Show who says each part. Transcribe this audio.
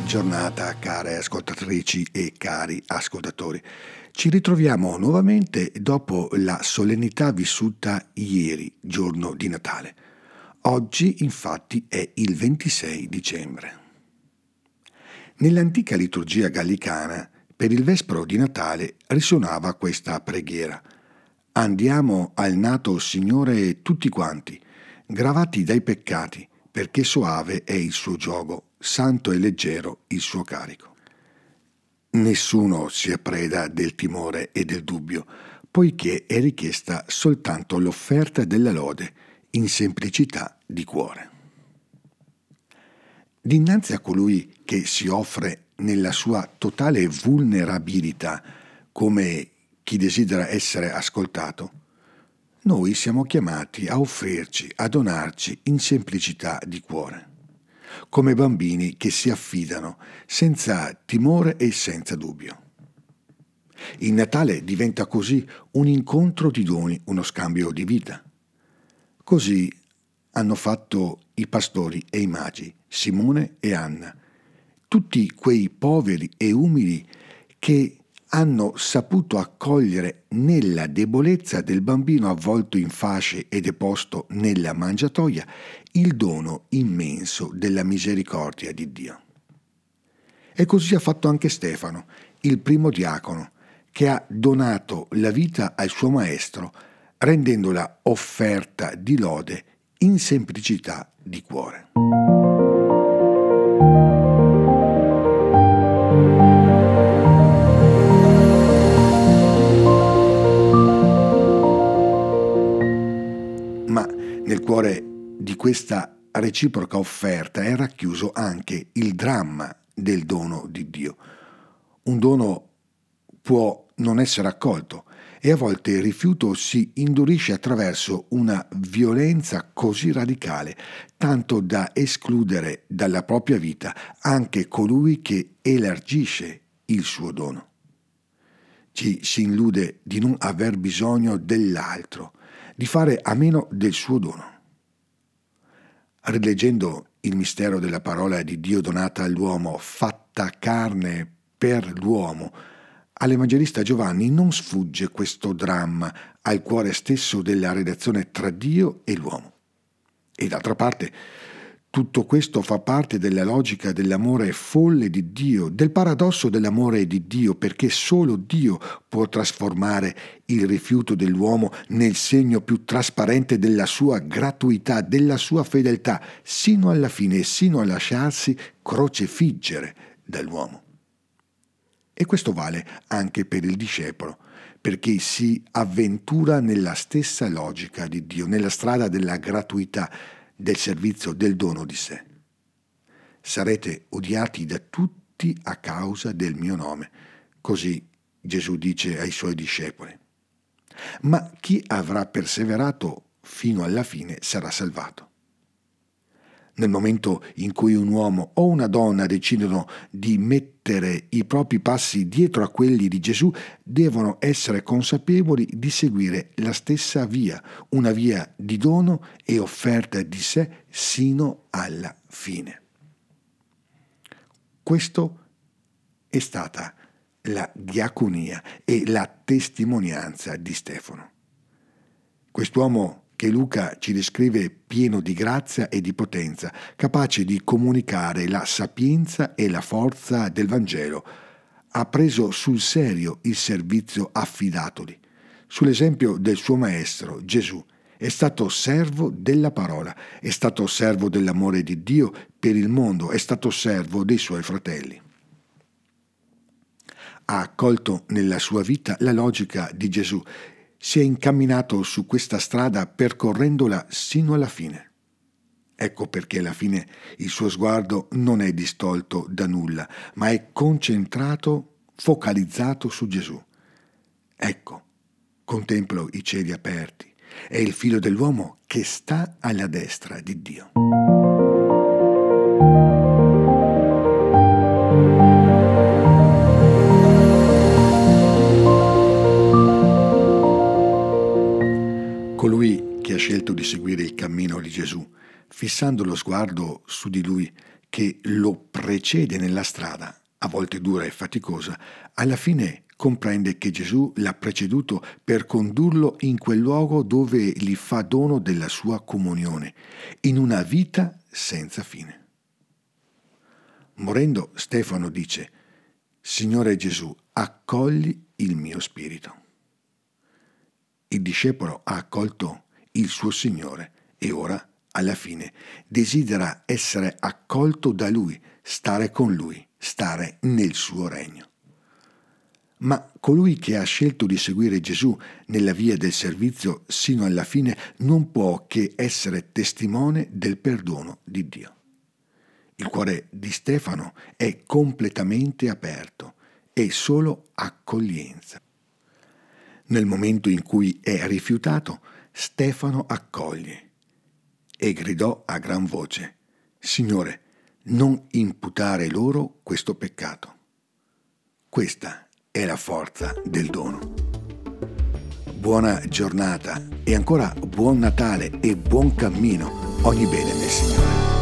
Speaker 1: giornata, care ascoltatrici e cari ascoltatori. Ci ritroviamo nuovamente dopo la solennità vissuta ieri, giorno di Natale. Oggi, infatti, è il 26 dicembre. Nell'antica liturgia gallicana, per il vespro di Natale risuonava questa preghiera: Andiamo al nato Signore tutti quanti, gravati dai peccati, perché soave è il suo giogo, santo e leggero il suo carico. Nessuno sia preda del timore e del dubbio, poiché è richiesta soltanto l'offerta della lode in semplicità di cuore. Dinanzi a colui che si offre nella sua totale vulnerabilità come chi desidera essere ascoltato, noi siamo chiamati a offrirci, a donarci in semplicità di cuore, come bambini che si affidano senza timore e senza dubbio. Il Natale diventa così un incontro di doni, uno scambio di vita. Così hanno fatto i pastori e i magi, Simone e Anna, tutti quei poveri e umili che hanno saputo accogliere nella debolezza del bambino avvolto in fasce e deposto nella mangiatoia il dono immenso della misericordia di Dio. E così ha fatto anche Stefano, il primo diacono, che ha donato la vita al suo maestro, rendendola offerta di lode in semplicità di cuore. Ma nel cuore di questa reciproca offerta è racchiuso anche il dramma del dono di Dio. Un dono può non essere accolto e a volte il rifiuto si indurisce attraverso una violenza così radicale, tanto da escludere dalla propria vita anche colui che elargisce il suo dono. Ci si illude di non aver bisogno dell'altro, di fare a meno del suo dono. Rileggendo il mistero della parola di Dio donata all'uomo, fatta carne per l'uomo, all'Evangelista Giovanni non sfugge questo dramma al cuore stesso della relazione tra Dio e l'uomo. E d'altra parte, tutto questo fa parte della logica dell'amore folle di Dio, del paradosso dell'amore di Dio, perché solo Dio può trasformare il rifiuto dell'uomo nel segno più trasparente della sua gratuità, della sua fedeltà, sino alla fine e sino a lasciarsi crocefiggere dall'uomo. E questo vale anche per il discepolo, perché si avventura nella stessa logica di Dio, nella strada della gratuità, del servizio, del dono di sé. Sarete odiati da tutti a causa del mio nome, così Gesù dice ai suoi discepoli. Ma chi avrà perseverato fino alla fine sarà salvato. Nel momento in cui un uomo o una donna decidono di mettere i propri passi dietro a quelli di Gesù, devono essere consapevoli di seguire la stessa via, una via di dono e offerta di sé sino alla fine. Questo è stata la diaconia e la testimonianza di Stefano. Quest'uomo che Luca ci descrive pieno di grazia e di potenza, capace di comunicare la sapienza e la forza del Vangelo, ha preso sul serio il servizio affidatogli. Sull'esempio del suo maestro, Gesù, è stato servo della parola, è stato servo dell'amore di Dio per il mondo, è stato servo dei suoi fratelli. Ha accolto nella sua vita la logica di Gesù, si è incamminato su questa strada percorrendola sino alla fine. Ecco perché alla fine il suo sguardo non è distolto da nulla, ma è concentrato, focalizzato su Gesù. Ecco, contemplo i cieli aperti, è il figlio dell'uomo che sta alla destra di Dio. Colui che ha scelto di seguire il cammino di Gesù, fissando lo sguardo su di lui, che lo precede nella strada, a volte dura e faticosa, alla fine comprende che Gesù l'ha preceduto per condurlo in quel luogo dove gli fa dono della sua comunione, in una vita senza fine. Morendo, Stefano dice: Signore Gesù, accogli il mio spirito. Il discepolo ha accolto il suo Signore e ora, alla fine, desidera essere accolto da Lui, stare con Lui, stare nel suo regno. Ma colui che ha scelto di seguire Gesù nella via del servizio sino alla fine non può che essere testimone del perdono di Dio. Il cuore di Stefano è completamente aperto, è solo accoglienza. Nel momento in cui è rifiutato, Stefano accoglie e gridò a gran voce: Signore, non imputare loro questo peccato. Questa è la forza del dono. Buona giornata e ancora buon Natale e buon cammino. Ogni bene nel Signore.